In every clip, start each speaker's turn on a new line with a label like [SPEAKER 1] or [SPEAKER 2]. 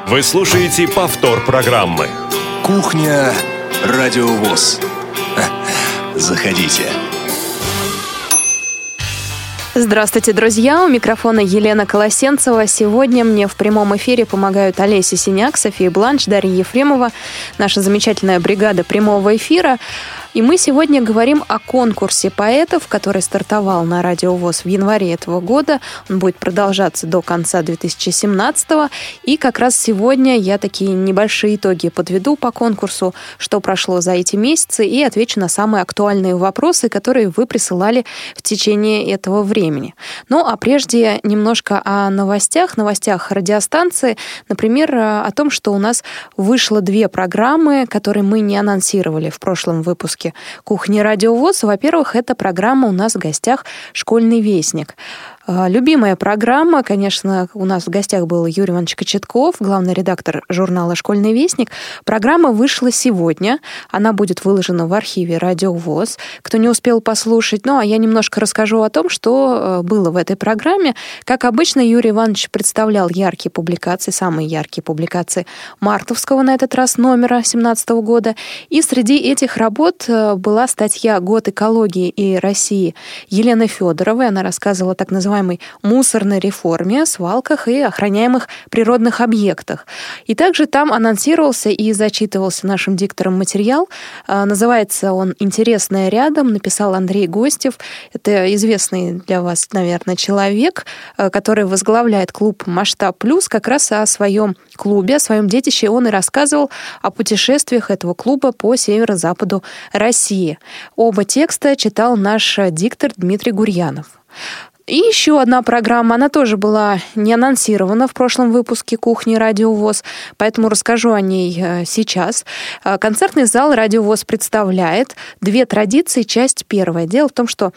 [SPEAKER 1] Вы слушаете повтор программы.
[SPEAKER 2] Кухня Радио ВОС. Заходите.
[SPEAKER 3] Здравствуйте, друзья! У микрофона Елена Колосенцева. Сегодня мне в прямом эфире помогают Олеся Синяк, София Бланш, Дарья Ефремова, наша замечательная бригада прямого эфира. И мы сегодня говорим о конкурсе поэтов, который стартовал на Радио ВОС в январе этого года. Он будет продолжаться до конца 2017-го. И как раз сегодня я такие небольшие итоги подведу по конкурсу, что прошло за эти месяцы, и отвечу на самые актуальные вопросы, которые вы присылали в течение этого времени. Ну, а прежде немножко о новостях радиостанции. Например, о том, что у нас вышло 2 программы, которые мы не анонсировали в прошлом выпуске «Кухни Радио ВОС». Во-первых, эта программа у нас в гостях «Школьный вестник». Любимая программа, конечно, у нас в гостях был Юрий Иванович Кочетков, главный редактор журнала «Школьный вестник». Программа вышла сегодня, она будет выложена в архиве Радио ВОС. Кто не успел послушать, а я немножко расскажу о том, что было в этой программе. Как обычно, Юрий Иванович представлял яркие публикации, самые яркие публикации мартовского на этот раз номера 2017 года. И среди этих работ была статья «Год экологии и России» Елены Федоровой. Она рассказывала о так называемой мусорной реформе, свалках и охраняемых природных объектах. И также там анонсировался и зачитывался нашим диктором материал. Называется он «Интересное рядом», написал Андрей Гостев. Это известный для вас, наверное, человек, который возглавляет клуб «Масштаб Плюс». Как раз о своем клубе, о своем детище он и рассказывал о путешествиях этого клуба по северо-западу России. Оба текста читал наш диктор Дмитрий Гурьянов. И еще одна программа, она тоже была не анонсирована в прошлом выпуске «Кухни Радио ВОС», поэтому расскажу о ней сейчас. Концертный зал Радио ВОС представляет 2 традиции, часть 1. Дело в том, что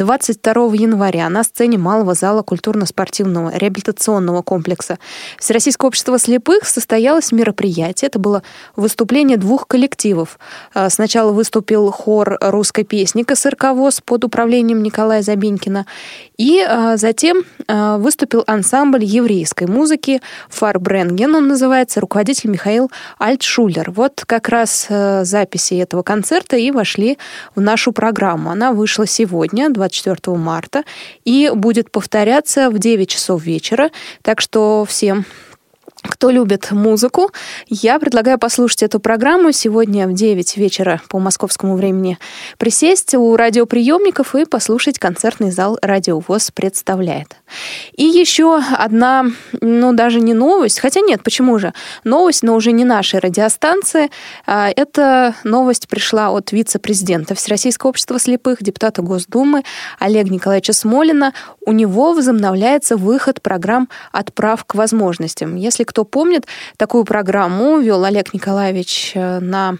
[SPEAKER 3] 22 января на сцене Малого зала культурно-спортивного реабилитационного комплекса Всероссийского общества слепых состоялось мероприятие. Это было выступление 2 коллективов. Сначала выступил хор русской песни КСРК ВОС под управлением Николая Забенькина, и затем выступил ансамбль еврейской музыки «Фарбренген», он называется, руководитель Михаил Альтшулер. Вот как раз записи этого концерта и вошли в нашу программу. Она вышла сегодня, 24 марта, и будет повторяться в 9 часов вечера. Так что всем, кто любит музыку, я предлагаю послушать эту программу сегодня в 9 вечера по московскому времени, присесть у радиоприемников и послушать концертный зал Радио ВОС представляет. И еще одна, даже не новость, хотя нет, почему же? Новость, но уже не нашей радиостанции. Эта новость пришла от вице-президента Всероссийского общества слепых, депутата Госдумы Олега Николаевича Смолина. У него возобновляется выход программ «От прав к возможностям». Если кто помнит, такую программу вел Олег Николаевич на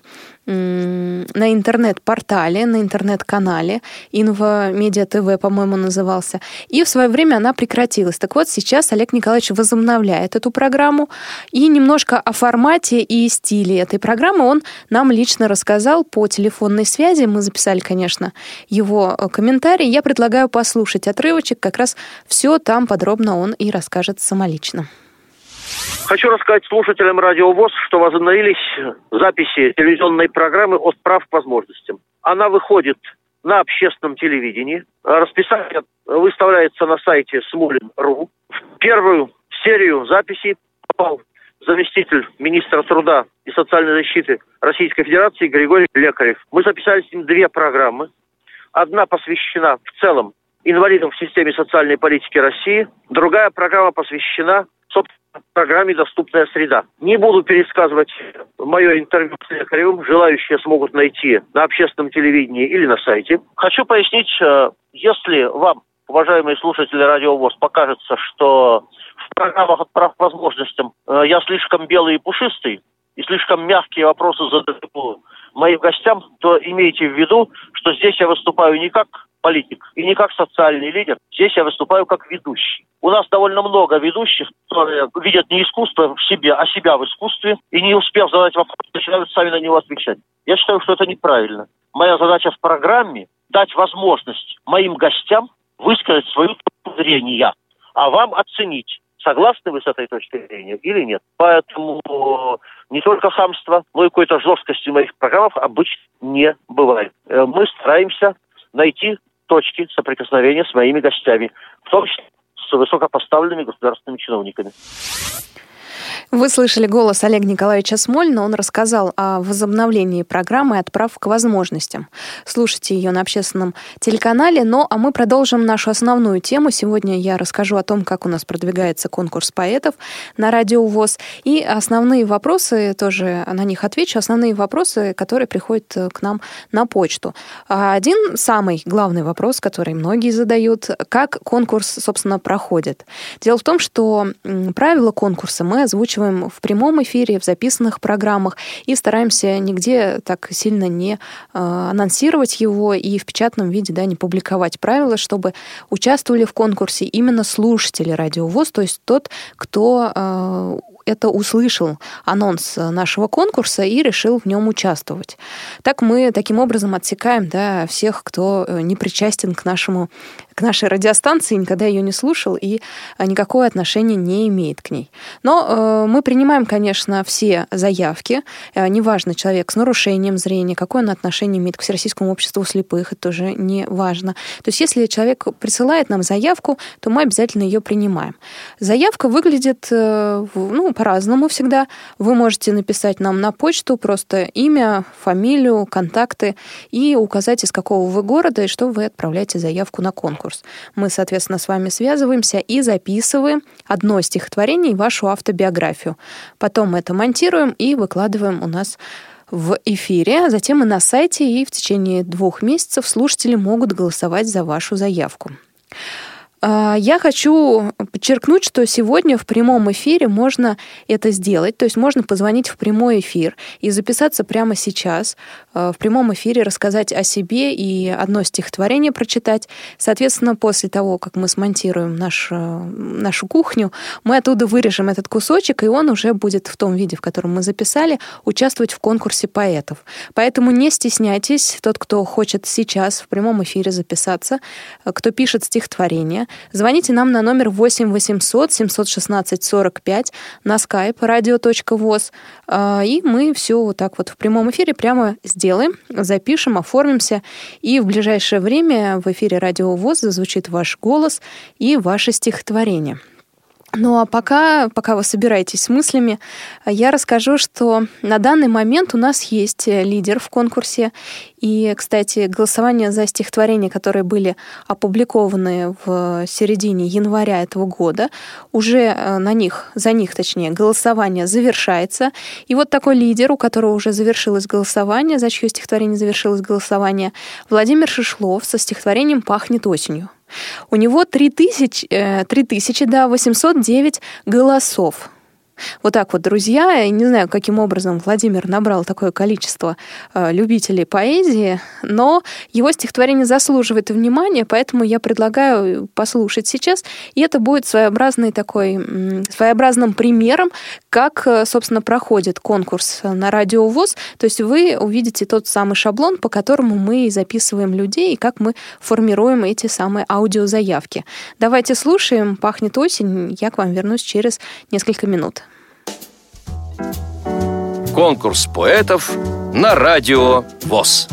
[SPEAKER 3] интернет-портале, на интернет-канале Инфомедиа ТВ, по-моему, назывался. И в свое время она прекратилась. Так вот, сейчас Олег Николаевич возобновляет эту программу. И немножко о формате и стиле этой программы он нам лично рассказал по телефонной связи. Мы записали, конечно, его комментарий. Я предлагаю послушать отрывочек. Как раз все там подробно он и расскажет самолично.
[SPEAKER 4] Хочу рассказать слушателям Радио ВОС, что возобновились записи телевизионной программы «От прав к возможностям». Она выходит на общественном телевидении. Расписание выставляется на сайте smolin.ru. В первую серию записей попал заместитель министра труда и социальной защиты Российской Федерации Григорий Лекарев. Мы записали с ним 2 программы. Одна посвящена в целом инвалидам в системе социальной политики России. Другая программа посвящена, собственно, программе «Доступная среда». Не буду пересказывать мое интервью с Лекаревым. Желающие смогут найти на общественном телевидении или на сайте. Хочу пояснить, если вам, уважаемые слушатели Радио ВОС, покажется, что в программах «От прав к возможностям» я слишком белый и пушистый, и слишком мягкие вопросы задаю моим гостям, то имейте в виду, что здесь я выступаю не как политик и не как социальный лидер. Здесь я выступаю как ведущий. У нас довольно много ведущих, которые видят не искусство в себе, а себя в искусстве, и не успев задать вопрос, начинают сами на него отвечать. Я считаю, что это неправильно. Моя задача в программе – дать возможность моим гостям высказать свое точку зрения, а вам оценить, Согласны вы с этой точкой зрения или нет? Поэтому не только хамство, но и какой-то жесткости в моих программах обычно не бывает. Мы стараемся найти точки соприкосновения с моими гостями, в том числе с высокопоставленными государственными чиновниками.
[SPEAKER 3] Вы слышали голос Олега Николаевича Смолина. Он рассказал о возобновлении программы «Отправка к возможностям». Слушайте ее на общественном телеканале. Ну, а мы продолжим нашу основную тему. Сегодня я расскажу о том, как у нас продвигается конкурс поэтов на Радио ВОС. И основные вопросы, тоже на них отвечу, основные вопросы, которые приходят к нам на почту. Один самый главный вопрос, который многие задают, как конкурс, собственно, проходит. Дело в том, что правила конкурса мы озвучиваем в прямом эфире, в записанных программах и стараемся нигде так сильно не анонсировать его и в печатном виде, не публиковать правила, чтобы участвовали в конкурсе именно слушатели Радио ВОС, то есть тот, кто это услышал, анонс нашего конкурса, и решил в нем участвовать. Так мы таким образом отсекаем всех, кто не причастен к нашей радиостанции, никогда ее не слушал и никакого отношения не имеет к ней. Но мы принимаем, конечно, все заявки. Неважно, человек с нарушением зрения, какое он отношение имеет к Всероссийскому обществу слепых, это тоже не важно. То есть если человек присылает нам заявку, то мы обязательно ее принимаем. Заявка выглядит по-разному всегда. Вы можете написать нам на почту просто имя, фамилию, контакты и указать, из какого вы города и что вы отправляете заявку на конкурс. Мы, соответственно, с вами связываемся и записываем одно стихотворение и вашу автобиографию. Потом это монтируем и выкладываем у нас в эфире, а затем и на сайте, и в течение 2 месяцев слушатели могут голосовать за вашу заявку. Я хочу подчеркнуть, что сегодня в прямом эфире можно это сделать, то есть можно позвонить в прямой эфир и записаться прямо сейчас, в прямом эфире рассказать о себе и одно стихотворение прочитать. Соответственно, после того, как мы смонтируем нашу кухню, мы оттуда вырежем этот кусочек, и он уже будет в том виде, в котором мы записали, участвовать в конкурсе поэтов. Поэтому не стесняйтесь, тот, кто хочет сейчас в прямом эфире записаться, кто пишет стихотворение, звоните нам на номер 8 800 716 45 на skype radio.voz, и мы все вот так вот в прямом эфире прямо сделаем, запишем, оформимся, и в ближайшее время в эфире Радио ВОС зазвучит ваш голос и ваше стихотворение. Ну а пока вы собираетесь с мыслями, я расскажу, что на данный момент у нас есть лидер в конкурсе. И, кстати, голосования за стихотворения, которые были опубликованы в середине января этого года, уже за них голосование завершается. И вот такой лидер, у которого уже завершилось голосование, за чье стихотворение завершилось голосование, Владимир Шишлов со стихотворением «Пахнет осенью». У него 3809 голосов. Вот так вот, друзья. Я не знаю, каким образом Владимир набрал такое количество любителей поэзии, но его стихотворение заслуживает внимания, поэтому я предлагаю послушать сейчас. И это будет своеобразным примером, как, собственно, проходит конкурс на Радио ВОС. То есть вы увидите тот самый шаблон, по которому мы записываем людей, и как мы формируем эти самые аудиозаявки. Давайте слушаем «Пахнет осень». Я к вам вернусь через несколько минут.
[SPEAKER 1] Конкурс поэтов на Радио ВОС.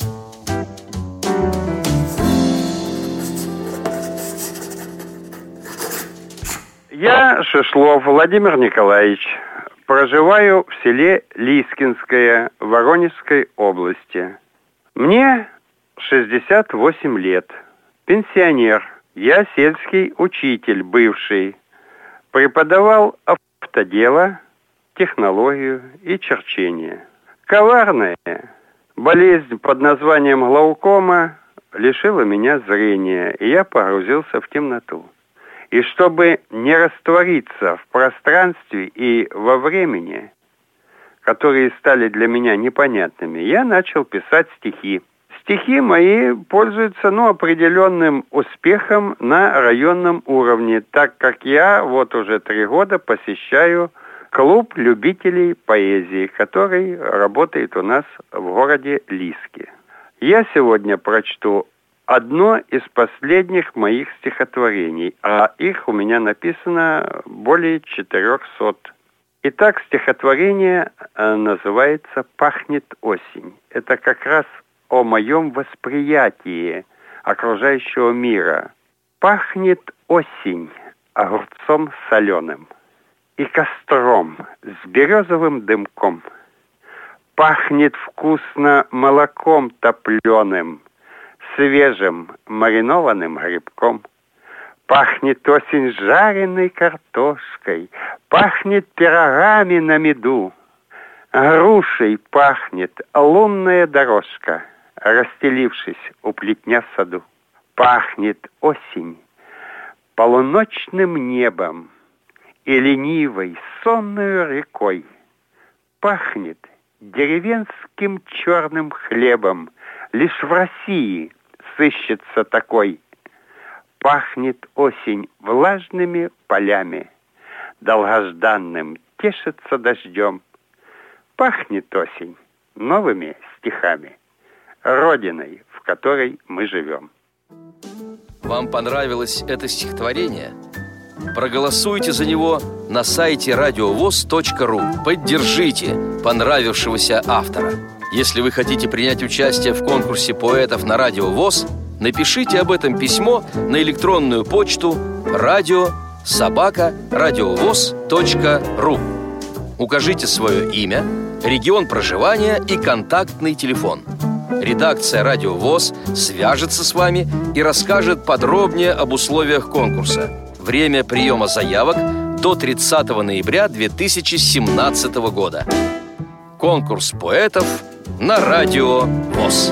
[SPEAKER 5] Я Шишлов Владимир Николаевич. Проживаю в селе Лискинское Воронежской области. Мне 68 лет. Пенсионер. Я сельский учитель бывший. Преподавал автодело, технологию и черчение. Коварная болезнь под названием глаукома лишила меня зрения, и я погрузился в темноту. И чтобы не раствориться в пространстве и во времени, которые стали для меня непонятными, я начал писать стихи. Стихи мои пользуются определенным успехом на районном уровне, так как я уже 3 года посещаю клуб любителей поэзии, который работает у нас в городе Лиске. Я сегодня прочту одно из последних моих стихотворений, а их у меня написано более 400. Итак, стихотворение называется «Пахнет осень». Это как раз о моем восприятии окружающего мира. Пахнет осень огурцом соленым и костром с березовым дымком. Пахнет вкусно молоком топленым, свежим маринованным грибком. Пахнет осень жареной картошкой, пахнет пирогами на меду. Грушей пахнет лунная дорожка, расстелившись у плетня в саду. Пахнет осень полуночным небом и ленивой сонной рекой. Пахнет деревенским черным хлебом, лишь в России сыщется такой. Пахнет осень влажными полями, долгожданным тешится дождем. Пахнет осень новыми стихами, родиной, в которой мы живем.
[SPEAKER 1] Вам понравилось это стихотворение? Проголосуйте за него на сайте радиовоз.ру. Поддержите понравившегося автора. Если вы хотите принять участие в конкурсе поэтов на Радио ВОС, напишите об этом письмо на электронную почту radio@radiovoz.ru. Укажите свое имя, регион проживания и контактный телефон. Редакция «Радио ВОС» свяжется с вами и расскажет подробнее об условиях конкурса. Время приема заявок до 30 ноября 2017 года. Конкурс поэтов на Радио ВОС.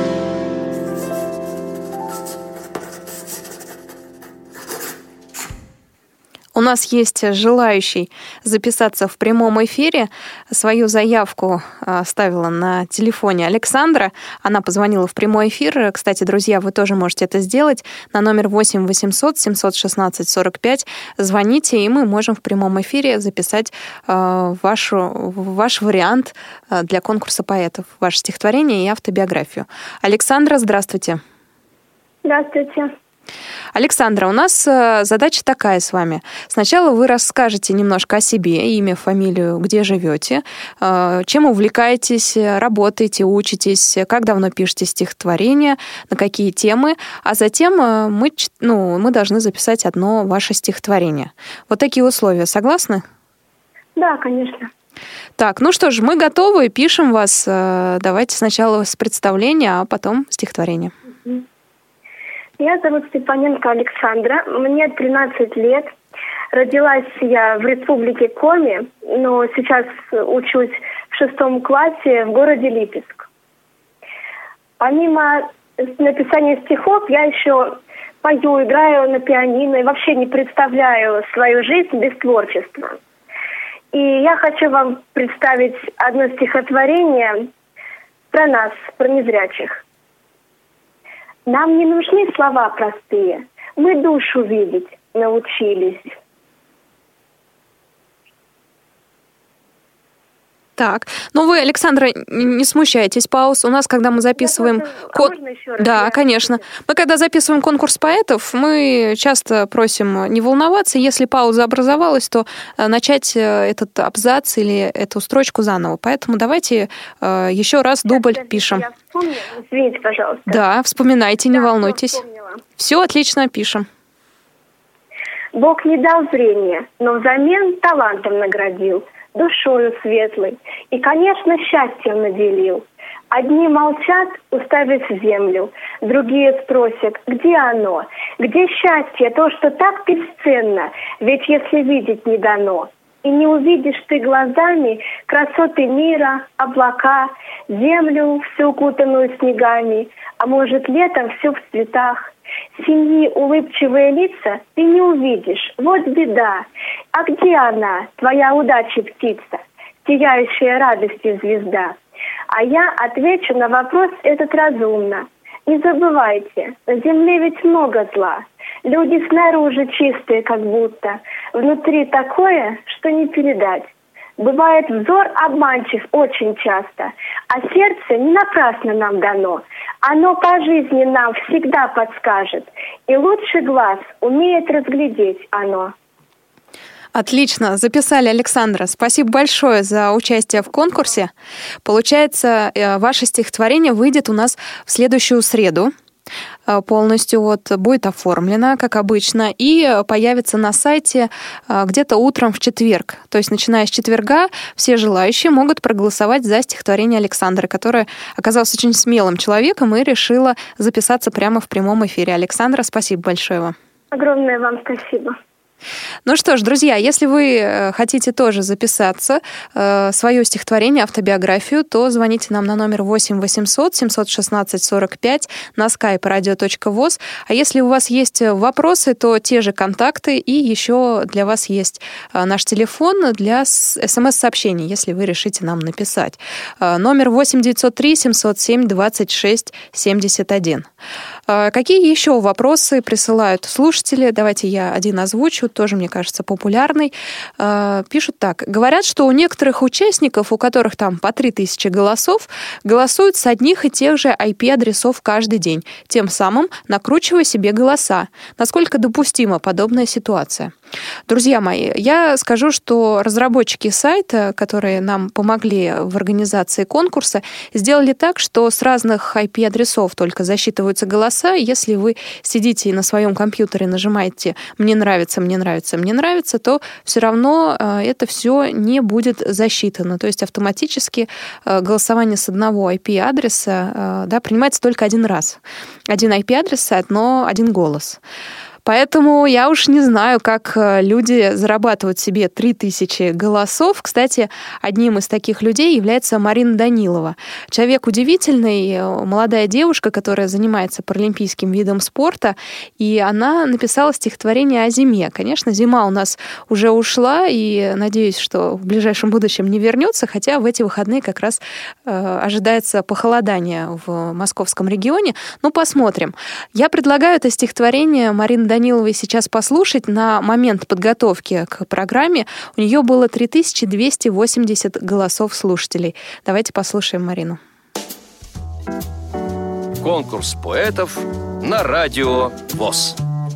[SPEAKER 3] У нас есть желающий записаться в прямом эфире. Свою заявку оставила на телефоне Александра. Она позвонила в прямой эфир. Кстати, друзья, вы тоже можете это сделать на номер 8 800 716 45. Звоните, и мы можем в прямом эфире записать ваш вариант для конкурса поэтов, ваше стихотворение и автобиографию. Александра, здравствуйте.
[SPEAKER 6] Здравствуйте.
[SPEAKER 3] Александра, у нас задача такая с вами. Сначала вы расскажете немножко о себе, имя, фамилию, где живете, чем увлекаетесь, работаете, учитесь, как давно пишете стихотворения, на какие темы, а затем мы должны записать одно ваше стихотворение. Вот такие условия. Согласны?
[SPEAKER 6] Да, конечно.
[SPEAKER 3] Так, ну что ж, мы готовы, пишем вас. Давайте сначала с представления, а потом стихотворение.
[SPEAKER 6] Меня зовут Степаненко Александра, мне 13 лет. Родилась я в республике Коми, но сейчас учусь в 6 классе в городе Липецк. Помимо написания стихов, я еще пою, играю на пианино и вообще не представляю свою жизнь без творчества. И я хочу вам представить одно стихотворение про нас, про незрячих. Нам не нужны слова простые, мы душу видеть научились.
[SPEAKER 3] Так, ну вы, Александра, не смущайтесь, пауз. У нас, когда мы записываем...
[SPEAKER 6] Можно еще раз?
[SPEAKER 3] Да, конечно. Мы, когда записываем конкурс поэтов, мы часто просим не волноваться. Если пауза образовалась, то начать этот абзац или эту строчку заново. Поэтому давайте еще раз дубль пишем.
[SPEAKER 6] Я вспомнила. Извините, пожалуйста.
[SPEAKER 3] Да, вспоминайте, не волнуйтесь.
[SPEAKER 6] Вспомнила.
[SPEAKER 3] Все отлично, пишем.
[SPEAKER 6] Бог не дал зрения, но взамен талантом наградил, душою светлой, и, конечно, счастьем наделил. Одни молчат, уставясь в землю, другие спросят, где оно, где счастье, то, что так бесценно, ведь если видеть не дано. И не увидишь ты глазами красоты мира, облака, землю, всю укутанную снегами, а может, летом все в цветах. Семьи улыбчивые лица ты не увидишь, вот беда. А где она, твоя удача, птица, сияющая радостью звезда? А я отвечу на вопрос этот разумно. Не забывайте, на земле ведь много зла. Люди снаружи чистые, как будто, внутри такое, что не передать. Бывает, взор обманчив очень часто, а сердце не напрасно нам дано. Оно по жизни нам всегда подскажет, и лучше глаз умеет разглядеть оно.
[SPEAKER 3] Отлично, записали, Александра. Спасибо большое за участие в конкурсе. Получается, ваше стихотворение выйдет у нас в следующую среду. Полностью будет оформлено, как обычно, и появится на сайте где-то утром в четверг. То есть, начиная с четверга, все желающие могут проголосовать за стихотворение Александры, которая оказалась очень смелым человеком и решила записаться прямо в прямом эфире. Александра, спасибо большое вам.
[SPEAKER 6] Огромное вам спасибо.
[SPEAKER 3] Ну что ж, друзья, если вы хотите тоже записаться, свое стихотворение, автобиографию, то звоните нам на номер 8 800 716 45 на skype radio.voz. А если у вас есть вопросы, то те же контакты, и еще для вас есть наш телефон для смс-сообщений, если вы решите нам написать. Номер 8 903 707 26 71. Какие еще вопросы присылают слушатели? Давайте я один озвучу, тоже, мне кажется, популярный. Пишут так. Говорят, что у некоторых участников, у которых там по 3000 голосов, голосуют с одних и тех же IP-адресов каждый день, тем самым накручивая себе голоса. Насколько допустима подобная ситуация? Друзья мои, я скажу, что разработчики сайта, которые нам помогли в организации конкурса, сделали так, что с разных IP-адресов только засчитываются голоса. Если вы сидите и на своем компьютере нажимаете «мне нравится, мне нравится, мне нравится», то все равно это все не будет засчитано. То есть автоматически голосование с одного IP-адреса принимается только один раз. Один IP-адрес, один голос. Поэтому я уж не знаю, как люди зарабатывают себе 3000 голосов. Кстати, одним из таких людей является Марина Данилова. Человек удивительный, молодая девушка, которая занимается паралимпийским видом спорта, и она написала стихотворение о зиме. Конечно, зима у нас уже ушла, и надеюсь, что в ближайшем будущем не вернется, хотя в эти выходные как раз ожидается похолодание в московском регионе. Ну, посмотрим. Я предлагаю это стихотворение Марины Даниловой сейчас послушать. На момент подготовки к программе у нее было 3280 голосов слушателей. Давайте послушаем Марину.
[SPEAKER 1] Конкурс поэтов на радио ВОС.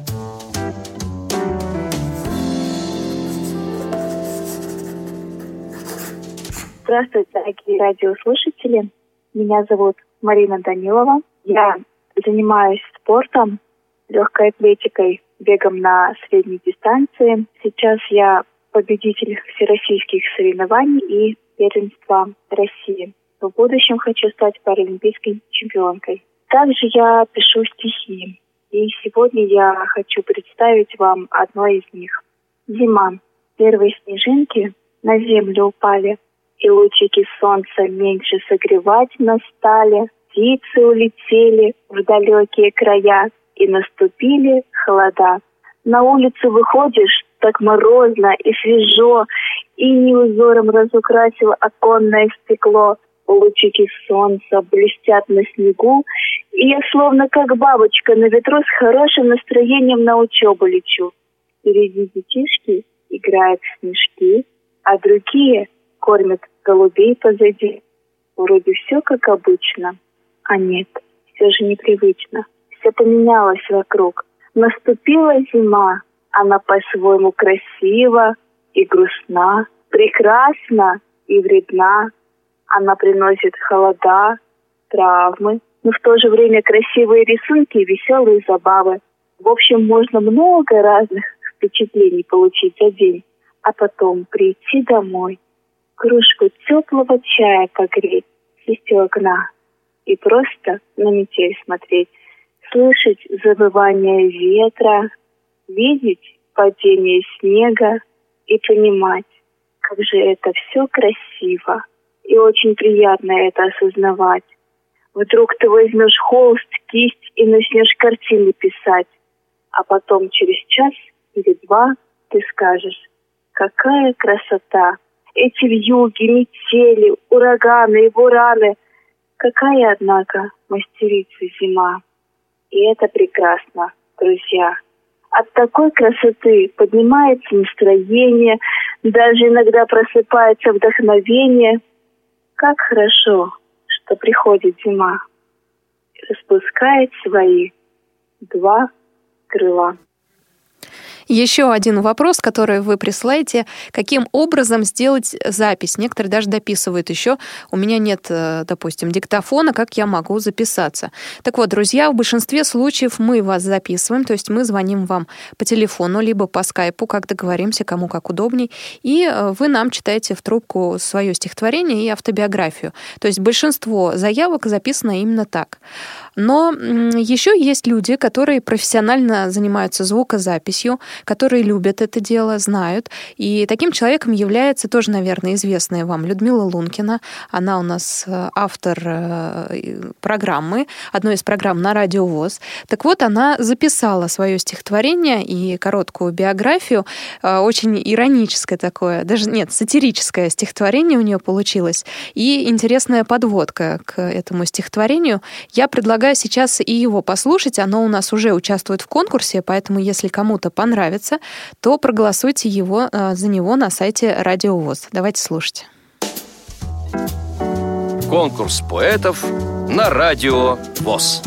[SPEAKER 7] Здравствуйте, дорогие радиослушатели. Меня зовут Марина Данилова. Я занимаюсь спортом, легкой атлетикой, бегом на средней дистанции. Сейчас я победитель всероссийских соревнований и первенства России. В будущем хочу стать паралимпийской чемпионкой. Также я пишу стихи. И сегодня я хочу представить вам одно из них. Зима. Первые снежинки на землю упали, и лучики солнца меньше согревать нас стали. Птицы улетели в далекие края, и наступили холода. На улицу выходишь, так морозно и свежо, и узором разукрасил оконное стекло. Лучики солнца блестят на снегу, и я словно как бабочка на ветру с хорошим настроением на учебу лечу. Впереди детишки играют в снежки, а другие кормят голубей позади. Вроде все как обычно, а нет, все же непривычно. Все поменялось вокруг. Наступила зима, она по-своему красива и грустна, прекрасна и вредна. Она приносит холода, травмы, но в то же время красивые рисунки и веселые забавы. В общем, можно много разных впечатлений получить за день, а потом прийти домой, кружку теплого чая погреть, сесть у окна и просто на метель смотреть, слышать завывание ветра, видеть падение снега и понимать, как же это все красиво. И очень приятно это осознавать. Вдруг ты возьмешь холст, кисть и начнешь картины писать, а потом через час или два ты скажешь: какая красота! Эти вьюги, метели, ураганы и бураны. Какая, однако, мастерица зима. И это прекрасно, друзья. От такой красоты поднимается настроение, Даже иногда просыпается вдохновение. Как хорошо, что приходит зима и распускает свои 2 крыла.
[SPEAKER 3] Еще один вопрос, который вы присылаете. Каким образом сделать запись? Некоторые даже дописывают еще. У меня нет, допустим, диктофона, как я могу записаться? Так вот, друзья, в большинстве случаев мы вас записываем, то есть мы звоним вам по телефону, либо по скайпу, как договоримся, кому как удобней, и вы нам читаете в трубку свое стихотворение и автобиографию. То есть большинство заявок записано именно так. Но еще есть люди, которые профессионально занимаются звукозаписью, которые любят это дело, знают. И таким человеком является тоже, наверное, известная вам Людмила Лункина. Она у нас автор программы, одной из программ на Радио ВОС. Так вот, она записала свое стихотворение и короткую биографию, очень ироническое такое, даже нет, сатирическое стихотворение у нее получилось, и интересная подводка к этому стихотворению. Я предлагаю сейчас и его послушать. Оно у нас уже участвует в конкурсе, поэтому если кому-то понравится, то проголосуйте за него на сайте Радио ВОС. Давайте слушать.
[SPEAKER 1] Конкурс поэтов на Радио ВОС.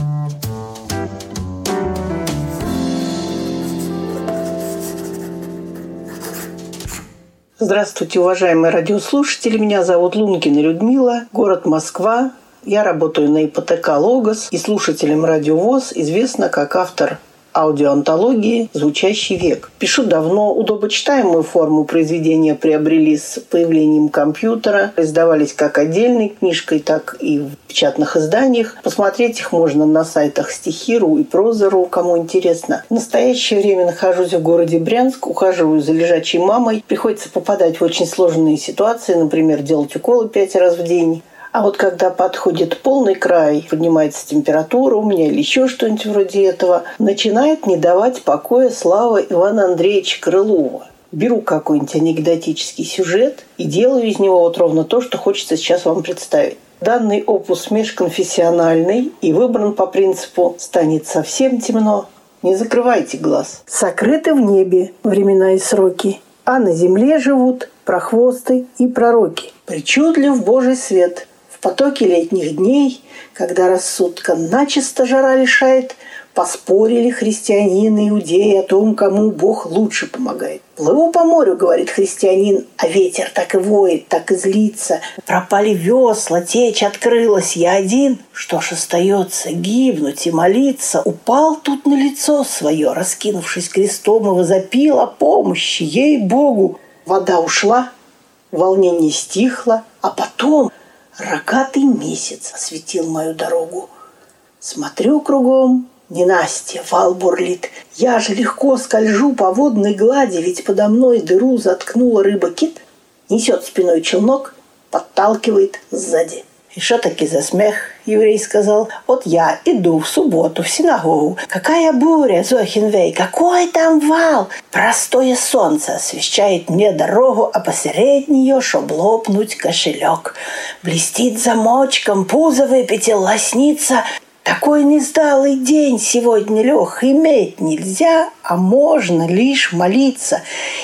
[SPEAKER 8] Здравствуйте, уважаемые радиослушатели. Меня зовут Лункина Людмила, город Москва. Я работаю на ИПТК «Логос» и слушателям Радио ВОС известна как автор аудиоантологии «Звучащий век». Пишу давно, удобочитаемую форму произведения приобрели с появлением компьютера. Издавались как отдельной книжкой, так и в печатных изданиях. Посмотреть их можно на сайтах Стихи.ру и Проза.ру, кому интересно. В настоящее время нахожусь в городе Брянск, ухаживаю за лежачей мамой. Приходится попадать в очень сложные ситуации, например, делать уколы 5 раз в день. А вот когда подходит полный край, поднимается температура у меня или еще что-нибудь вроде этого, начинает не давать покоя слава Ивана Андреевича Крылова. Беру какой-нибудь анекдотический сюжет и делаю из него вот ровно то, что хочется сейчас вам представить. Данный опус межконфессиональный и выбран по принципу «станет совсем темно, не закрывайте глаз». Сокрыты в небе времена и сроки, а на земле живут прохвосты и пророки. Причудлив Божий свет – в потоке летних дней, когда рассудка начисто жара лишает, поспорили христианин и иудеи о том, кому Бог лучше помогает. «Плыву по морю, — говорит христианин, — а ветер так и воет, так и злится. Пропали весла, течь открылась, я один. Что ж остается, гибнуть и молиться? Упал тут на лицо свое, раскинувшись крестом, и возопил о помощи, ей-богу. Вода ушла, волнение стихло, а потом рогатый месяц осветил мою дорогу. Смотрю кругом, ненастье, вал бурлит. Я же легко скольжу по водной глади, ведь подо мной дыру заткнула рыба-кит. Несет спиной челнок, подталкивает сзади. «И что таки за смех?» — еврей сказал. «Вот я иду в субботу в синагогу. Какая буря, Зохинвей, какой там вал! Простое солнце освещает мне дорогу, а посередь нее, чтоб лопнуть кошелек. Блестит замочком, пузо выпятил, лоснится. Такой несдалый день сегодня лег, иметь нельзя, а можно лишь молиться.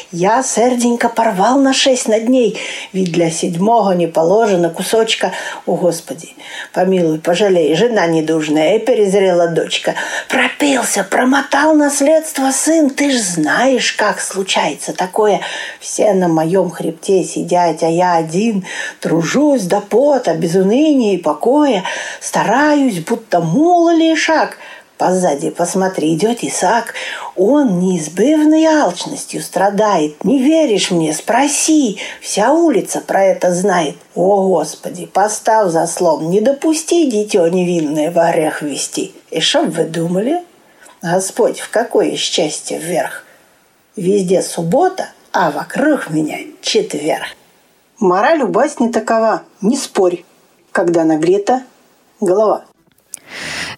[SPEAKER 8] Я серденько порвал на 6 дней, ведь для 7 не положено кусочка. О, Господи, помилуй, пожалей, жена недужная и перезрела дочка. Пропился, промотал наследство сын, ты ж знаешь, как случается такое. Все на моем хребте сидят, а я один. Тружусь до пота, без уныния и покоя. Стараюсь, будто мул или шаг. Позади, посмотри, идет Исаак. Он неизбывной алчностью страдает. Не веришь мне? Спроси. Вся улица про это знает. О, Господи, поставь заслон. Не допусти дитё невинное в орех вести. И чтоб вы думали? Господь в какое счастье вверх? Везде суббота, а вокруг меня четверг. Мораль у басни такова. Не спорь, когда нагрета голова.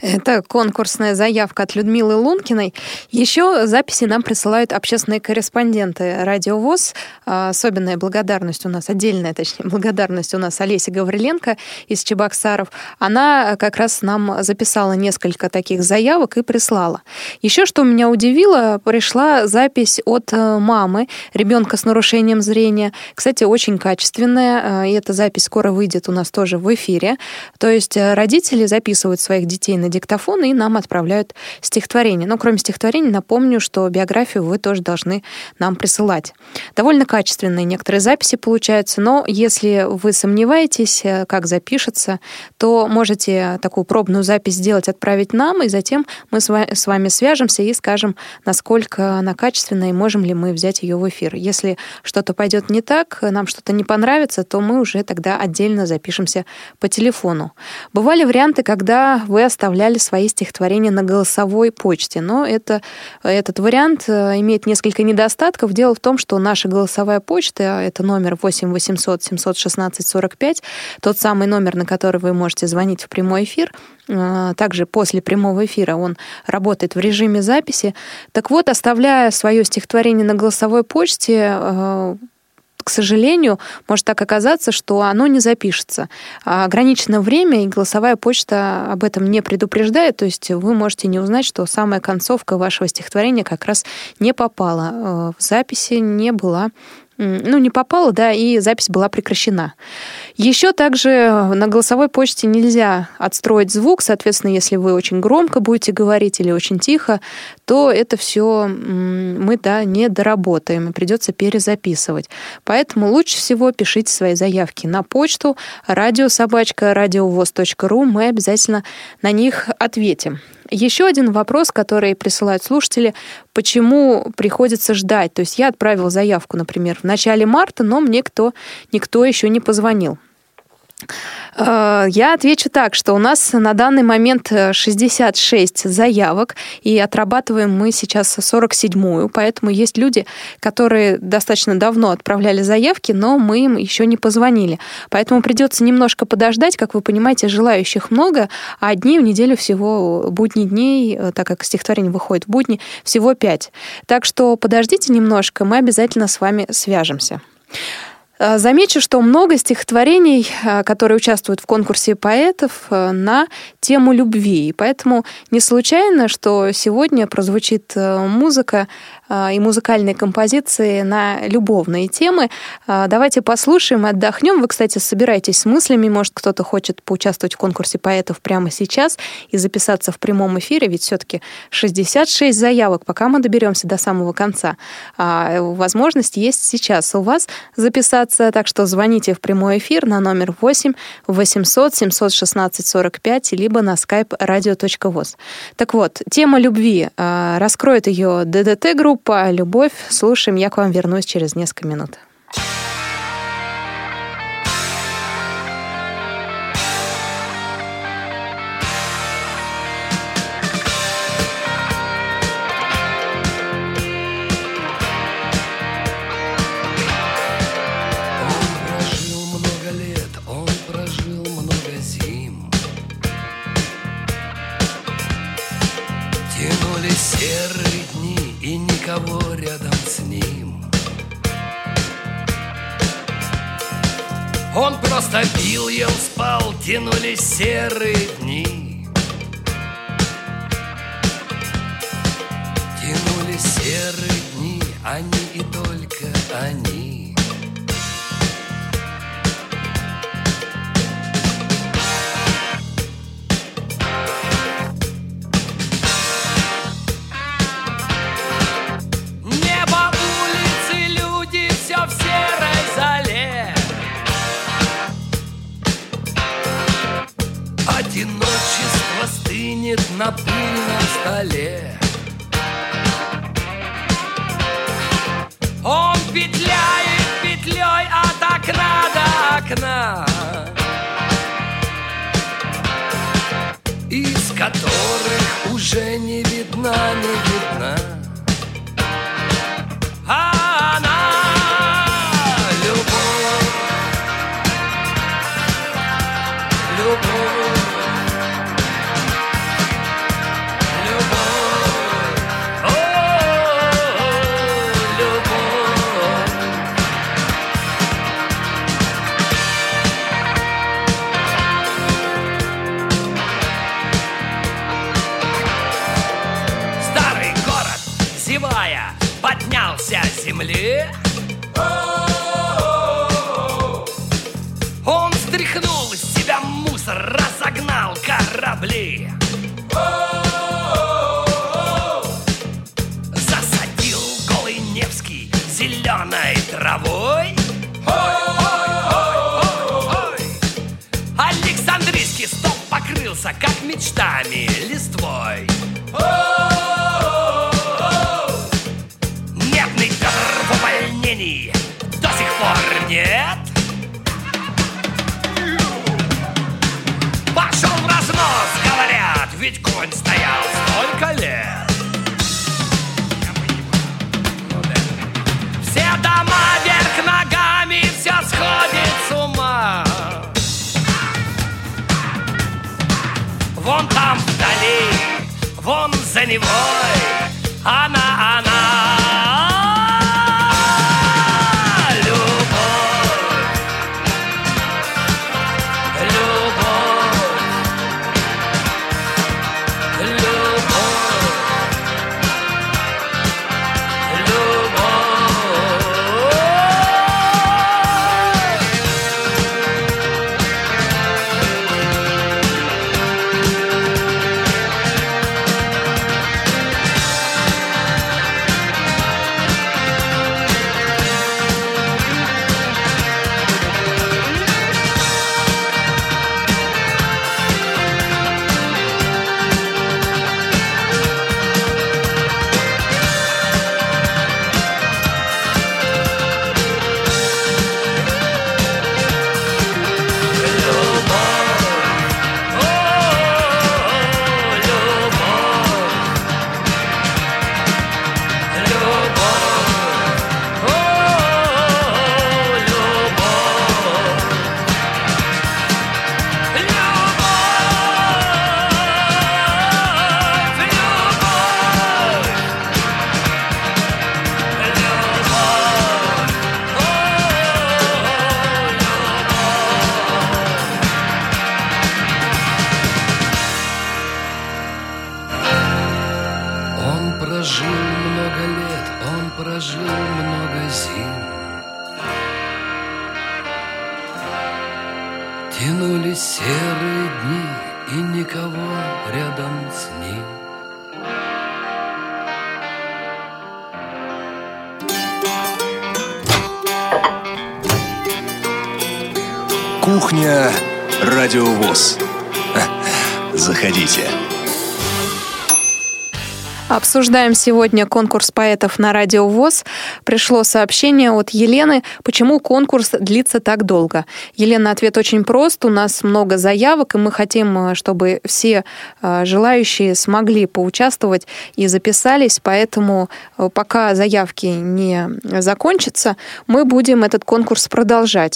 [SPEAKER 3] Это конкурсная заявка от Людмилы Лункиной. Еще записи нам присылают общественные корреспонденты Радио ВОС. Особенная благодарность у нас, отдельная, точнее, благодарность у нас Олесе Гавриленко из Чебоксаров. Она как раз нам записала несколько таких заявок и прислала. Еще что меня удивило, пришла запись от мамы ребенка с нарушением зрения. Кстати, очень качественная, и эта запись скоро выйдет у нас тоже в эфире. То есть родители записывают своих детей на диктофон и нам отправляют стихотворение. Но кроме стихотворений, напомню, что биографию вы тоже должны нам присылать. Довольно качественные некоторые записи получаются, но если вы сомневаетесь, как запишется, то можете такую пробную запись сделать, отправить нам, и затем мы с вами свяжемся и скажем, насколько она качественная и можем ли мы взять ее в эфир. Если что-то пойдет не так, нам что-то не понравится, то мы уже тогда отдельно запишемся по телефону. Бывали варианты, когда вы оставляли свои стихотворения на голосовой почте, но этот вариант имеет несколько недостатков. Дело в том, что наша голосовая почта, это номер 8 800 716 45, тот самый номер, на который вы можете звонить в прямой эфир. Также после прямого эфира он работает в режиме записи. Так вот, оставляя свое стихотворение на голосовой почте, к сожалению, может так оказаться, что оно не запишется. Ограничено время, и голосовая почта об этом не предупреждает, то есть вы можете не узнать, что самая концовка вашего стихотворения как раз не попала. В записи не попала, да, и запись была прекращена. Еще также на голосовой почте нельзя отстроить звук, соответственно, если вы очень громко будете говорить или очень тихо, то это все мы, не доработаем, и придется перезаписывать. Поэтому лучше всего пишите свои заявки на почту radio@radiovoz.ru, мы обязательно на них ответим. Еще один вопрос, который присылают слушатели, почему приходится ждать. То есть я отправила заявку, например, в начале марта, но мне никто еще не позвонил. Я отвечу так, что у нас на данный момент 66 заявок, и отрабатываем мы сейчас 47-ю, поэтому есть люди, которые достаточно давно отправляли заявки, но мы им еще не позвонили. Поэтому придется немножко подождать, как вы понимаете, желающих много, а дней в неделю всего, будни дней, так как стихотворение выходит в будни, всего 5. Так что подождите немножко, мы обязательно с вами свяжемся. Замечу, что много стихотворений, которые участвуют в конкурсе поэтов, на тему любви. И поэтому не случайно, что сегодня прозвучит музыка и музыкальные композиции на любовные темы. Давайте послушаем и отдохнем. Вы, кстати, собираетесь с мыслями. Может, кто-то хочет поучаствовать в конкурсе поэтов прямо сейчас и записаться в прямом эфире, ведь все-таки 66 заявок, пока мы доберемся до самого конца. Возможность есть сейчас у вас записаться, так что звоните в прямой эфир на номер 8 800 716 45, либо на skype radio.voz. Так вот, тема любви. Раскроет ее ДДТ-группа «Любовь». Слушаем, я к вам вернусь через несколько минут.
[SPEAKER 9] Серые дни и никого рядом с ним. Он просто пил, ел, спал, тянулись серые дни. Тянулись серые дни, они и только они. Одиночество стынет на пыльном столе. Он петляет петлей от окна до окна, из которых уже не видна, не видна. А она любовь, любовь. земли. Засадил голый Невский зеленой травой. Александрийский стол покрылся, как мечтами, листвой. Медный Петр в увольнении до сих пор нет. Пошел в разнос, говорят, ведь конь стоял столько лет. Все дома вверх ногами, все сходит с ума. Вон там вдали, вон за Невой, она.
[SPEAKER 10] Тянулись серые дни, и никого рядом с ним.
[SPEAKER 2] Кухня Радио ВОС. Заходите.
[SPEAKER 3] Обсуждаем сегодня конкурс поэтов на Радио ВОС. Пришло сообщение от Елены, почему конкурс длится так долго. Елена, ответ очень прост. У нас много заявок, и мы хотим, чтобы все желающие смогли поучаствовать и записались. Поэтому пока заявки не закончатся, мы будем этот конкурс продолжать.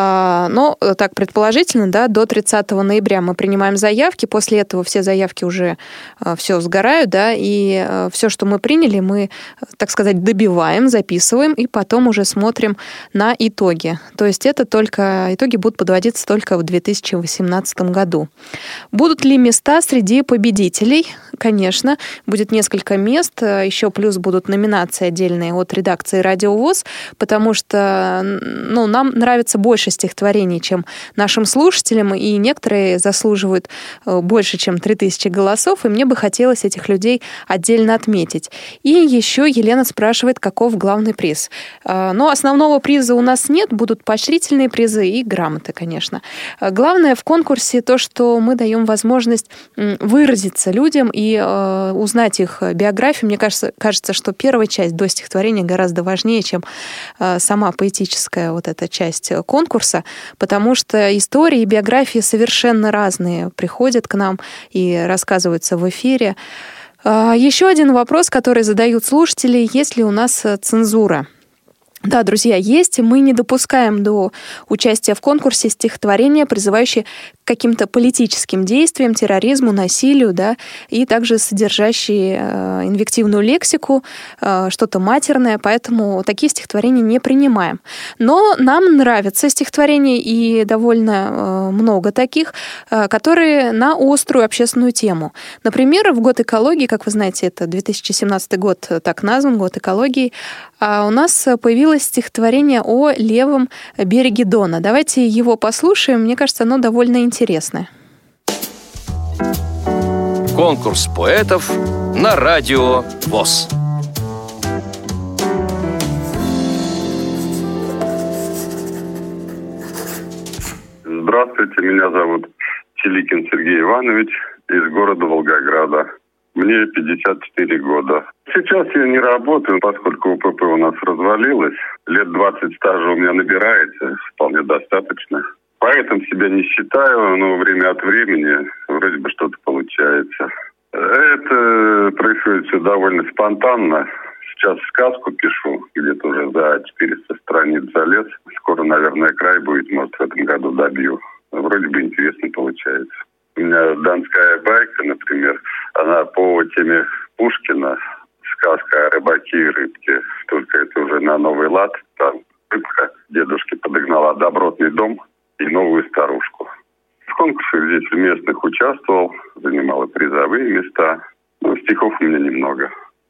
[SPEAKER 3] Но так предположительно, да, до 30 ноября мы принимаем заявки. После этого все заявки уже все сгорают, да, и все, что мы приняли, мы, так сказать, добиваем, записываем и потом уже смотрим на итоги. То есть итоги будут подводиться только в 2018 году. Будут ли места среди победителей? Конечно, будет несколько мест. Еще плюс будут номинации отдельные от редакции Радио ВОС, потому что нам нравится больше стихотворений, чем нашим слушателям, и некоторые заслуживают больше, чем 3000 голосов, и мне бы хотелось этих людей отдельно отметить. И еще Елена спрашивает, каков главный приз. Но основного приза у нас нет, будут поощрительные призы и грамоты, конечно. Главное в конкурсе то, что мы даем возможность выразиться людям и узнать их биографию. Мне кажется, что первая часть до стихотворения гораздо важнее, чем сама поэтическая вот эта часть конкурса, потому что истории и биографии совершенно разные приходят к нам и рассказываются в эфире. Еще один вопрос, который задают слушатели: есть ли у нас цензура? Да, друзья, есть. Мы не допускаем до участия в конкурсе стихотворения, призывающие к каким-то политическим действиям, терроризму, насилию, да, и также содержащие инвективную лексику, что-то матерное, поэтому такие стихотворения не принимаем. Но нам нравятся стихотворения, и довольно много таких, которые на острую общественную тему. Например, в год экологии, как вы знаете, это 2017 год так назван, год экологии, у нас появилось стихотворение о левом береге Дона. Давайте его послушаем. Мне кажется, оно довольно интересное.
[SPEAKER 1] Конкурс поэтов на Радио ВОС.
[SPEAKER 11] Здравствуйте, меня зовут Челикин Сергей Иванович из города Волгограда. Мне 54 года. Сейчас я не работаю, поскольку УПП у нас развалилось. Лет 20 стажа у меня набирается, вполне достаточно. Поэтому себя не считаю, но время от времени вроде бы что-то получается. Это происходит все довольно спонтанно. Сейчас сказку пишу, где-то уже за 400 страниц залез. Скоро, наверное, край будет, может, в этом году добью. Вроде бы интересно получается. У меня донская байка, например, она по теме Пушкина, сказка о рыбаке и рыбке. Только это уже на новый лад. Там рыбка дедушке подогнала добротный дом и новую старушку. В конкурсах здесь у местных участвовал, занимал и призовые места. Но стихов у меня немного.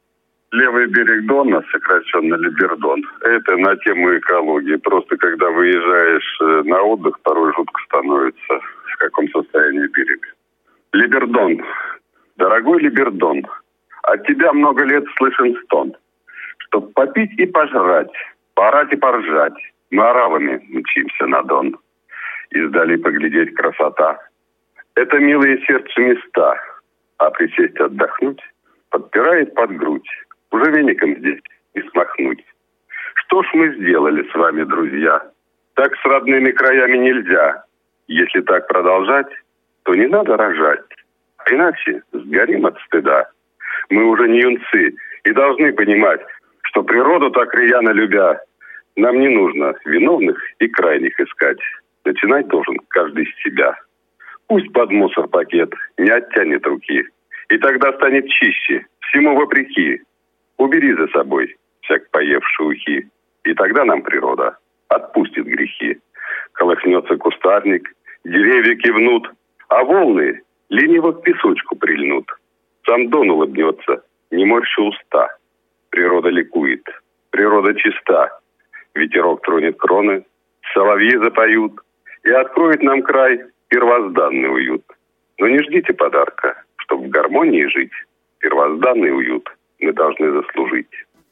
[SPEAKER 11] Левый берег Дона, сокращенно Либердон, это на тему экологии. Просто когда выезжаешь на отдых, порой жутко становится, в каком состоянии берег. Либердон. Дорогой Либердон, от тебя много лет слышен стон. Чтоб попить и пожрать, порать и поржать, мы оравами мчимся на Дон. Издали поглядеть красота. Это милые сердцу места, а присесть отдохнуть подпирает под грудь. Уже веником здесь не смахнуть. Что ж мы сделали с вами, друзья? Так с родными краями нельзя. Если так продолжать, то не надо рожать. Иначе сгорим от стыда. Мы уже не юнцы и должны понимать, что природу так рьяно любя, нам не нужно виновных и крайних искать. Начинать должен каждый с себя. Пусть под мусор-пакет не оттянет руки. И тогда станет чище, всему вопреки. Убери за собой всяк поевшие ухи, и тогда нам природа отпустит грехи. Колыхнется кустарник, деревья кивнут, а волны лениво к песочку прильнут. Сам Дон улыбнется, не морща уста. Природа ликует, природа чиста. Ветерок тронет кроны, соловьи запоют, и откроет нам край первозданный уют. Но не ждите подарка, чтобы в гармонии жить. Первозданный уют мы должны заслужить.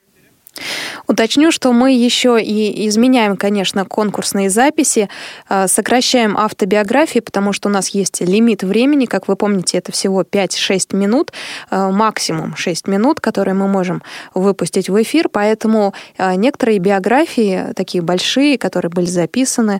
[SPEAKER 3] Уточню, что мы еще и изменяем, конечно, конкурсные записи, сокращаем автобиографии, потому что у нас есть лимит времени, как вы помните, это всего 5-6 минут, максимум 6 минут, которые мы можем выпустить в эфир, поэтому некоторые биографии, такие большие, которые были записаны,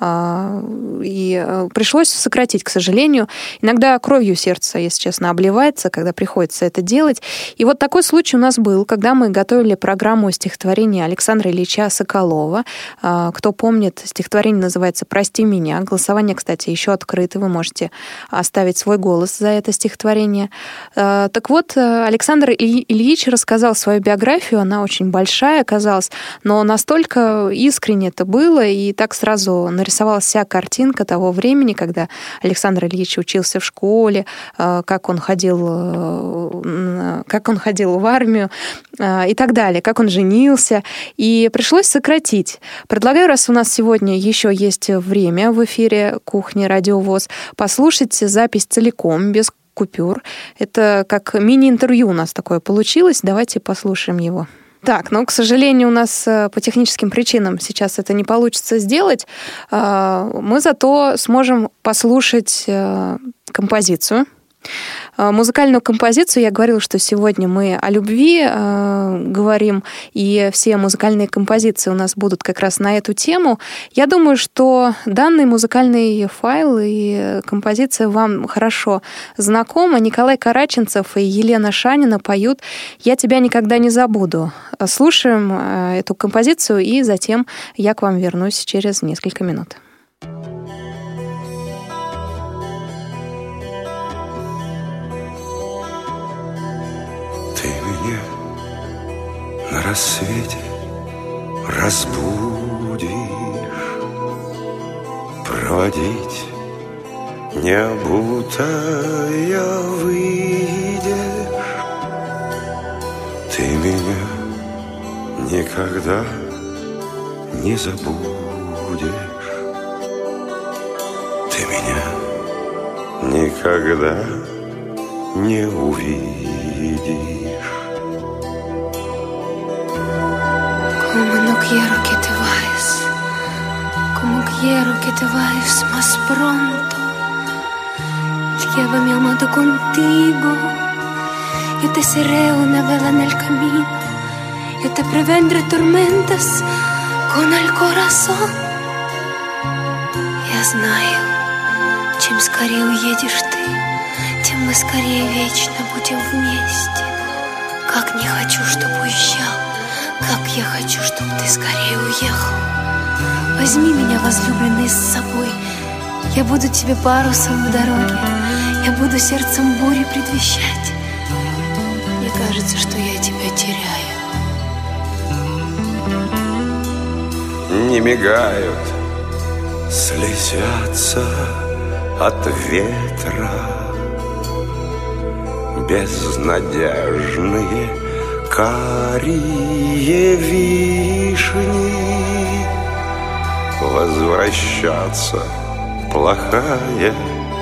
[SPEAKER 3] и пришлось сократить, к сожалению. Иногда кровью сердце, если честно, обливается, когда приходится это делать. И вот такой случай у нас был, когда мы готовили программу стихотворений Александра Ильича Соколова. Кто помнит, стихотворение называется «Прости меня». Голосование, кстати, еще открыто. Вы можете оставить свой голос за это стихотворение. Так вот, Александр Ильич рассказал свою биографию. Она очень большая оказалась, но настолько искренне это было, и так сразу нарисовалась вся картинка того времени, когда Александр Ильич учился в школе, как он ходил в армию и так далее, как он женился. И пришлось сократить. Предлагаю, раз у нас сегодня еще есть время в эфире «Кухни Радио ВОС», послушать запись целиком, без купюр. Это как мини-интервью у нас такое получилось. Давайте послушаем его. Так, к сожалению, у нас по техническим причинам сейчас это не получится сделать. Мы зато сможем послушать композицию. Музыкальную композицию. Я говорила, что сегодня мы о любви говорим, и все музыкальные композиции у нас будут как раз на эту тему. Я думаю, что данный музыкальный файл и композиция вам хорошо знакома. Николай Караченцев и Елена Шанина поют «Я тебя никогда не забуду». Слушаем эту композицию, и затем я к вам вернусь через несколько минут.
[SPEAKER 12] На рассвете разбудишь, проводить не обутая выйдешь. Ты меня никогда не забудешь. Ты меня никогда не увидишь.
[SPEAKER 13] Como no quiero que te vayas, como quiero que te vayas más pronto. Llévame, amado, contigo. Yo te seré una vela en el camino. Yo te prevendré tormentas con el corazón. Я знаю, чем скорее уедешь ты, тем мы скорее вечно будем вместе. Как не хочу, чтобы уезжал, как я хочу, чтобы ты скорее уехал. Возьми меня, возлюбленный, с собой. Я буду тебе парусом в дороге. Я буду сердцем бури предвещать. Мне кажется, что я тебя теряю.
[SPEAKER 12] Не мигают, слезятся от ветра безнадежные карие вишни. Возвращаться плохая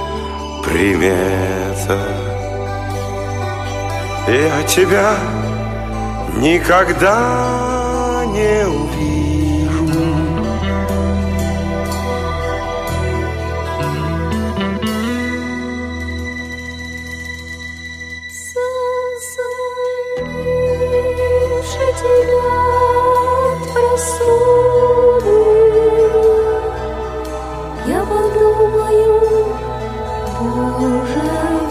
[SPEAKER 12] примета. Я тебя никогда не увижу.
[SPEAKER 13] Я подумаю, Боже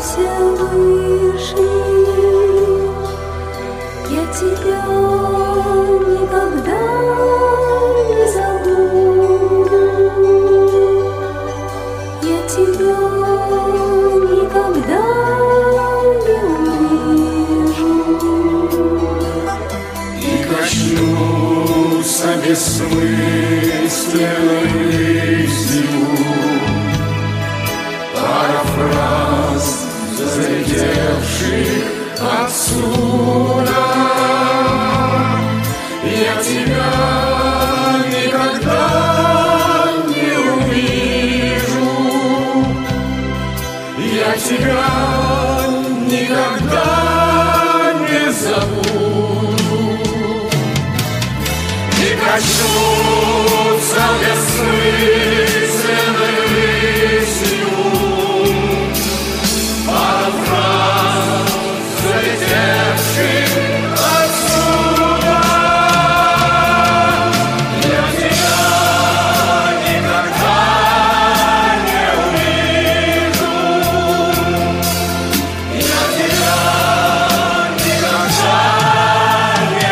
[SPEAKER 13] Всевышний, я тебя никогда не забуду, я тебя никогда не увижу.
[SPEAKER 14] И качнутся бессмысленной рысью парафраз залетевших отсюда. Я тебя никогда не увижу, я тебя никогда не забуду. И качнутся бессмысленной рысью парафраз залетевших отсюда. Я тебя никогда не увижу, я тебя никогда не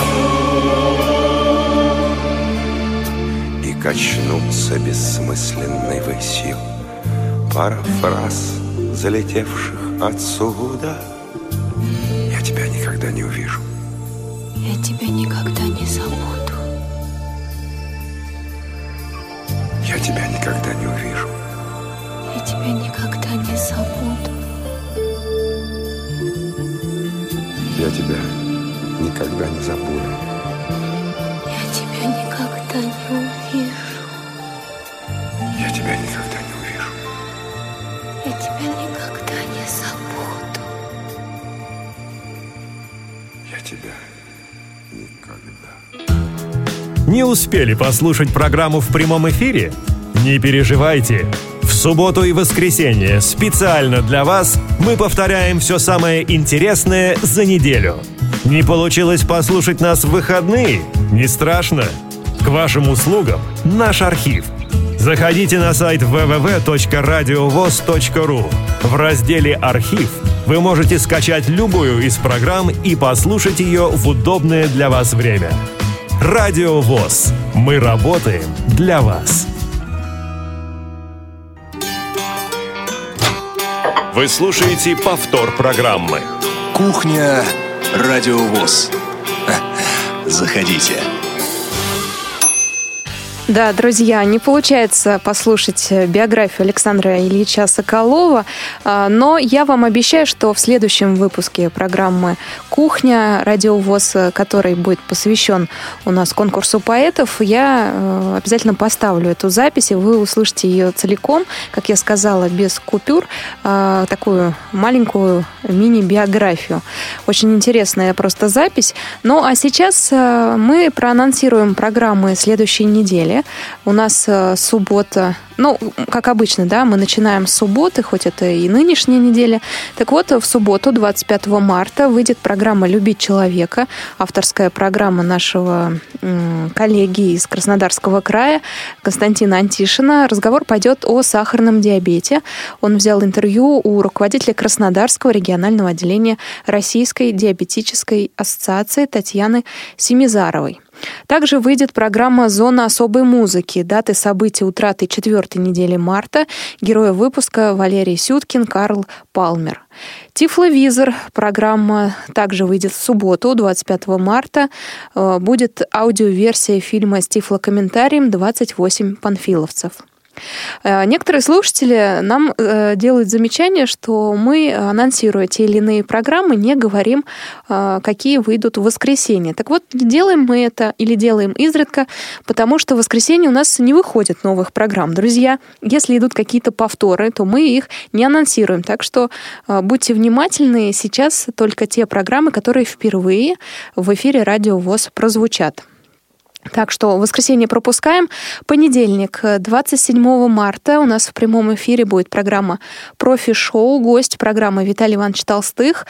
[SPEAKER 14] забуду.
[SPEAKER 12] И качнутся бессмысленной высью парафраз залетевших отсюда. Я тебя никогда не увижу.
[SPEAKER 13] Я тебя никогда не забуду.
[SPEAKER 12] Я тебя никогда не увижу.
[SPEAKER 13] Я тебя никогда не забуду.
[SPEAKER 12] Я тебя никогда не забуду.
[SPEAKER 13] Я тебя никогда не увижу.
[SPEAKER 12] Я тебя никогда не увижу.
[SPEAKER 13] Я тебя никогда не забуду.
[SPEAKER 12] Я тебя никогда.
[SPEAKER 15] Не успели послушать программу в прямом эфире? Не переживайте. В субботу и воскресенье специально для вас мы повторяем все самое интересное за неделю. Не получилось послушать нас в выходные? Не страшно. К вашим услугам наш архив. Заходите на сайт www.radiovoz.ru. В разделе «Архив» вы можете скачать любую из программ и послушать ее в удобное для вас время. Радио ВОС. Мы работаем для вас. Вы слушаете повтор программы.
[SPEAKER 2] Кухня Радио ВОС. Заходите.
[SPEAKER 3] Да, друзья, не получается послушать биографию Александра Ильича Соколова, но я вам обещаю, что в следующем выпуске программы «Кухня», Радио ВОС, который будет посвящен у нас конкурсу поэтов, я обязательно поставлю эту запись, и вы услышите ее целиком, как я сказала, без купюр, такую маленькую мини-биографию. Очень интересная просто запись. Ну, а сейчас мы проанонсируем программы следующей недели. У нас суббота, ну, как обычно, да, мы начинаем с субботы, хоть это и нынешняя неделя. Так вот, в субботу, 25 марта, выйдет программа «Любить человека», авторская программа нашего коллеги из Краснодарского края Константина Антишина. Разговор пойдет о сахарном диабете. Он взял интервью у руководителя Краснодарского регионального отделения Российской диабетической ассоциации Татьяны Семизаровой. Также выйдет программа «Зона особой музыки». Даты событий утраты 4-й недели марта. Герои выпуска Валерий Сюткин, Карл Палмер. Тифловизор. Программа также выйдет в субботу, 25 марта. Будет аудиоверсия фильма с тифлокомментарием «28 панфиловцев». Некоторые слушатели нам делают замечание, что мы, анонсируя те или иные программы, не говорим, какие выйдут в воскресенье. Так вот, делаем мы это или делаем изредка, потому что в воскресенье у нас не выходит новых программ. Друзья, если идут какие-то повторы, то мы их не анонсируем. Так что будьте внимательны, сейчас только те программы, которые впервые в эфире Радио ВОС прозвучат. Так что воскресенье пропускаем. Понедельник, 27 марта, у нас в прямом эфире будет программа «Профи-шоу». Гость программы Виталий Иванович Толстых.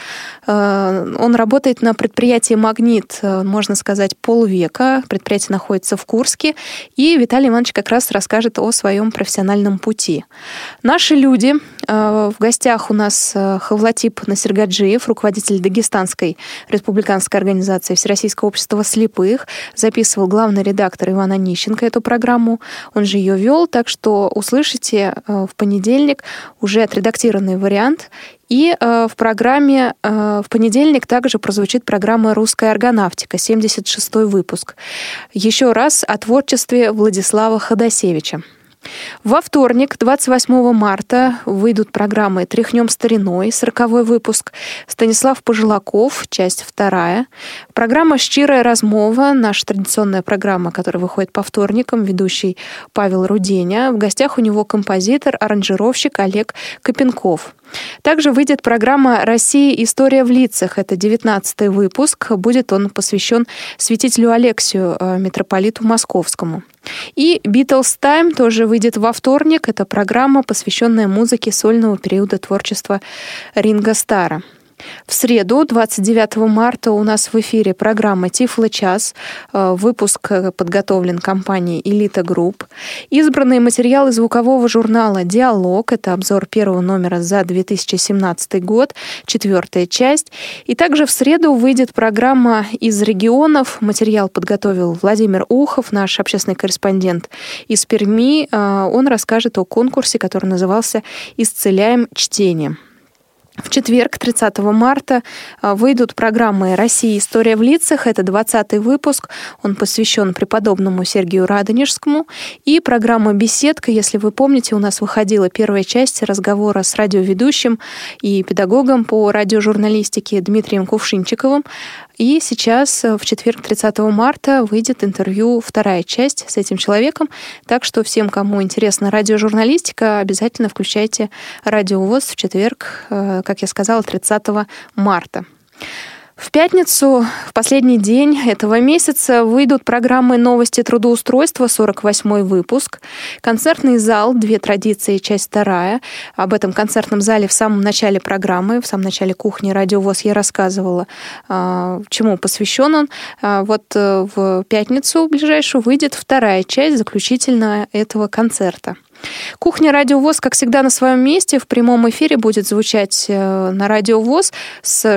[SPEAKER 3] Он работает на предприятии «Магнит», можно сказать, полвека. Предприятие находится в Курске. И Виталий Иванович как раз расскажет о своем профессиональном пути. Наши люди. В гостях у нас Хавлатип Насергаджиев, руководитель Дагестанской республиканской организации Всероссийского общества слепых. Записывал главный редактор Иван Онищенко эту программу, он же ее вел, так что услышите в понедельник уже отредактированный вариант. И в программе в понедельник также прозвучит программа «Русская органавтика», 76-й выпуск. Еще раз о творчестве Владислава Ходосевича. Во вторник, 28 марта, выйдут программы «Тряхнем стариной», 40-й выпуск, Станислав Пожилаков, часть 2. Программа «Щирая размова», наша традиционная программа, которая выходит по вторникам, ведущий Павел Руденя. В гостях у него композитор, аранжировщик Олег Копенков. Также выйдет программа «Россия. История в лицах». Это 19-й выпуск. Будет он посвящен святителю Алексию, митрополиту Московскому. И «Beatles Time» тоже выйдет во вторник. Это программа, посвященная музыке сольного периода творчества Ринго Старра. В среду, 29 марта, у нас в эфире программа «Тифло-час». Выпуск подготовлен компанией «Элита Групп». Избранные материалы звукового журнала «Диалог». Это обзор первого номера за 2017 год, 4-я часть. И также в среду выйдет программа «Из регионов». Материал подготовил Владимир Ухов, наш общественный корреспондент из Перми. Он расскажет о конкурсе, который назывался «Исцеляем чтением». В четверг, 30 марта, выйдут программы «Россия. История в лицах». Это 20-й выпуск. Он посвящен преподобному Сергию Радонежскому. И программа «Беседка». Если вы помните, у нас выходила первая часть разговора с радиоведущим и педагогом по радиожурналистике Дмитрием Кувшинчиковым. И сейчас, в четверг, 30 марта, выйдет интервью, 2-я часть с этим человеком. Так что всем, кому интересна радиожурналистика, обязательно включайте Радио ВОС в четверг, как я сказала, 30 марта. В пятницу, в последний день этого месяца, выйдут программы «Новости трудоустройства», 48-й выпуск, концертный зал «Две традиции», часть 2. Об этом концертном зале в самом начале программы, в самом начале «Кухни» Радио ВОС я рассказывала, чему посвящен он. Вот в пятницу ближайшую выйдет 2-я часть, заключительная этого концерта. Кухня Радио ВОС, как всегда, на своем месте. В прямом эфире будет звучать на Радио ВОС с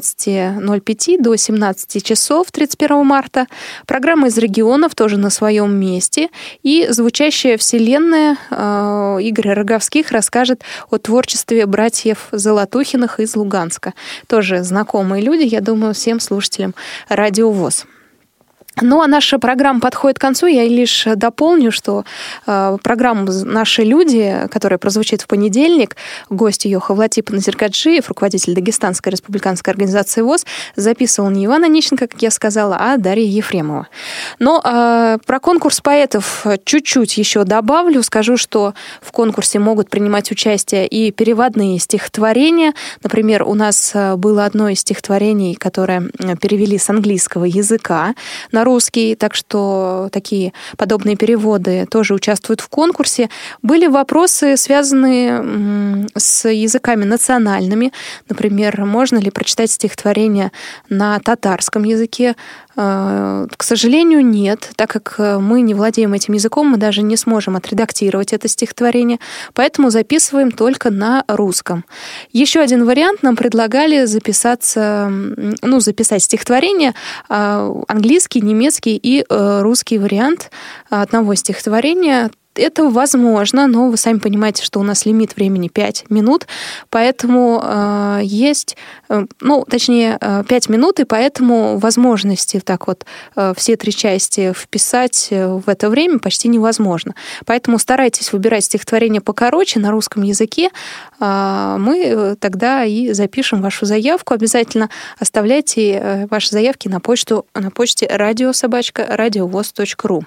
[SPEAKER 3] 16:05 до 17 часов 31 марта. Программа из регионов тоже на своем месте. И звучащая вселенная Игоря Роговских расскажет о творчестве братьев Золотухиных из Луганска. Тоже знакомые люди, я думаю, всем слушателям Радио ВОС. Ну, а наша программа подходит к концу. Я лишь дополню, что программу «Наши люди», которая прозвучит в понедельник, гость ее Хавлатип Назиргаджиев, руководитель Дагестанской республиканской организации ВОС, записывал не Иван Онищенко, как я сказала, а Дарья Ефремова. Но про конкурс поэтов чуть-чуть еще добавлю. Скажу, что в конкурсе могут принимать участие и переводные стихотворения. Например, у нас было одно из стихотворений, которое перевели с английского языка на русский, так что такие подобные переводы тоже участвуют в конкурсе. Были вопросы, связанные с языками национальными. Например, можно ли прочитать стихотворение на татарском языке? К сожалению, нет, так как мы не владеем этим языком, мы даже не сможем отредактировать это стихотворение, поэтому записываем только на русском. Еще один вариант: нам предлагали записать стихотворение, английский, немецкий и русский вариант одного стихотворения. Это возможно, но вы сами понимаете, что у нас лимит времени 5 минут, поэтому есть, 5 минут, и поэтому возможности так вот все 3 части вписать в это время почти невозможно. Поэтому старайтесь выбирать стихотворение покороче на русском языке. Мы тогда и запишем вашу заявку. Обязательно оставляйте ваши заявки на почте radio@radiovoz.ru.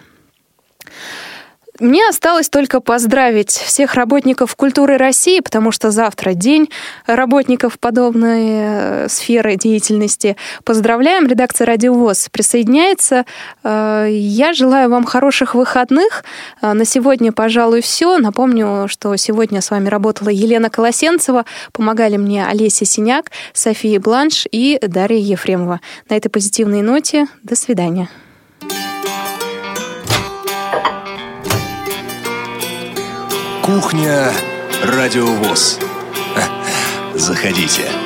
[SPEAKER 3] Мне осталось только поздравить всех работников культуры России, потому что завтра день работников подобной сферы деятельности. Поздравляем, редакция Радио ВОС присоединяется. Я желаю вам хороших выходных. На сегодня, пожалуй, все. Напомню, что сегодня с вами работала Елена Колосенцева, помогали мне Олеся Синяк, София Бланш и Дарья Ефремова. На этой позитивной ноте до свидания.
[SPEAKER 2] Кухня Радио ВОС. Заходите.